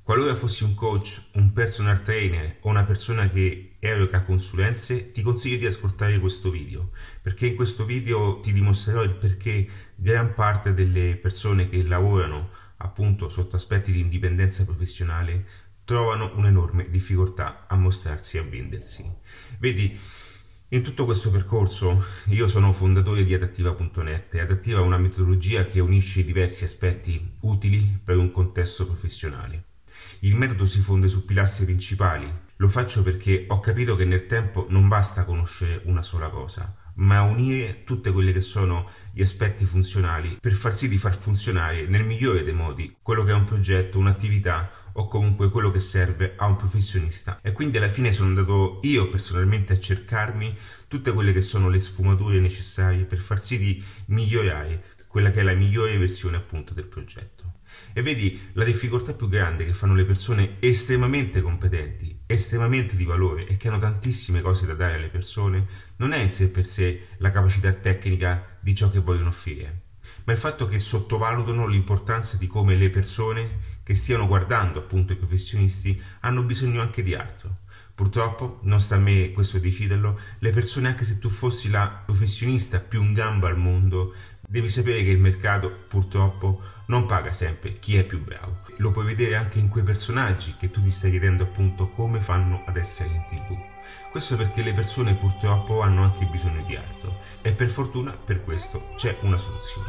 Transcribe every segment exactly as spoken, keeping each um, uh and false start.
Qualora fossi un coach, un personal trainer o una persona che eroga consulenze, ti consiglio di ascoltare questo video, perché in questo video ti dimostrerò il perché gran parte delle persone che lavorano appunto sotto aspetti di indipendenza professionale trovano un'enorme difficoltà a mostrarsi e a vendersi. Vedi, in tutto questo percorso io sono fondatore di Adattiva punto net e Adattiva è una metodologia che unisce diversi aspetti utili per un contesto professionale. Il metodo si fonde su pilastri principali. Lo faccio perché ho capito che nel tempo non basta conoscere una sola cosa, ma unire tutte quelle che sono gli aspetti funzionali per far sì di far funzionare nel migliore dei modi quello che è un progetto, un'attività o comunque quello che serve a un professionista. E quindi alla fine sono andato io personalmente a cercarmi tutte quelle che sono le sfumature necessarie per far sì di migliorare quella che è la migliore versione appunto del progetto. E vedi, la difficoltà più grande che fanno le persone estremamente competenti, estremamente di valore e che hanno tantissime cose da dare alle persone, non è in sé per sé la capacità tecnica di ciò che vogliono offrire, ma il fatto che sottovalutano l'importanza di come le persone che stiano guardando appunto i professionisti hanno bisogno anche di altro. Purtroppo non sta a me questo deciderlo, le persone, anche se tu fossi la professionista più in gamba al mondo, devi sapere che il mercato purtroppo non paga sempre chi è più bravo. Lo puoi vedere anche in quei personaggi che tu ti stai chiedendo appunto come fanno ad essere in tv. Questo perché le persone purtroppo hanno anche bisogno di altro e per fortuna per questo c'è una soluzione.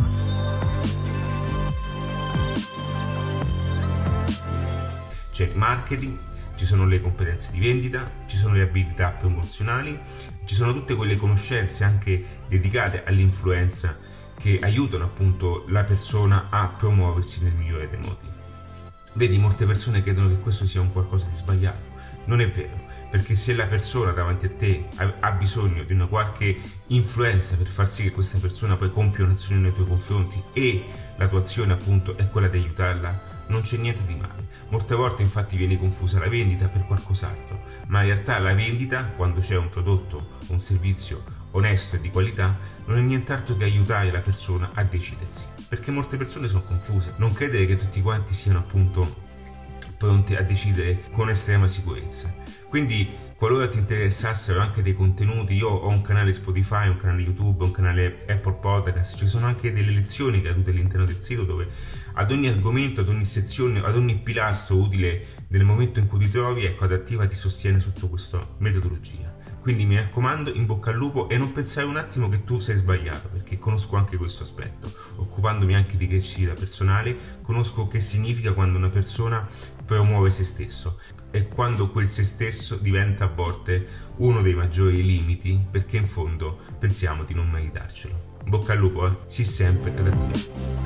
C'è il marketing, ci sono le competenze di vendita, ci sono le abilità promozionali, ci sono tutte quelle conoscenze anche dedicate all'influenza che aiutano appunto la persona a promuoversi nel migliore dei modi. Vedi, molte persone credono che questo sia un qualcosa di sbagliato. Non è vero, perché se la persona davanti a te ha bisogno di una qualche influenza per far sì che questa persona poi compia un'azione nei tuoi confronti e la tua azione appunto è quella di aiutarla, non c'è niente di male. Molte volte infatti viene confusa la vendita per qualcos'altro, ma in realtà la vendita, quando c'è un prodotto o un servizio onesto e di qualità, non è nient'altro che aiutare la persona a decidersi, perché molte persone sono confuse. Non credere che tutti quanti siano appunto pronti a decidere con estrema sicurezza. Quindi qualora ti interessassero anche dei contenuti, io ho un canale Spotify, un canale YouTube, un canale Apple Podcast, ci sono anche delle lezioni gratuite all'interno del sito dove ad ogni argomento, ad ogni sezione, ad ogni pilastro utile nel momento in cui ti trovi, ecco, Adattiva ti sostiene sotto questa metodologia. Quindi mi raccomando, in bocca al lupo e non pensare un attimo che tu sei sbagliato, perché conosco anche questo aspetto. Occupandomi anche di crescita personale, conosco che significa quando una persona promuove se stesso e quando quel se stesso diventa a volte uno dei maggiori limiti, perché in fondo pensiamo di non meritarcelo. Bocca al lupo, eh? Sii sempre Adattiva.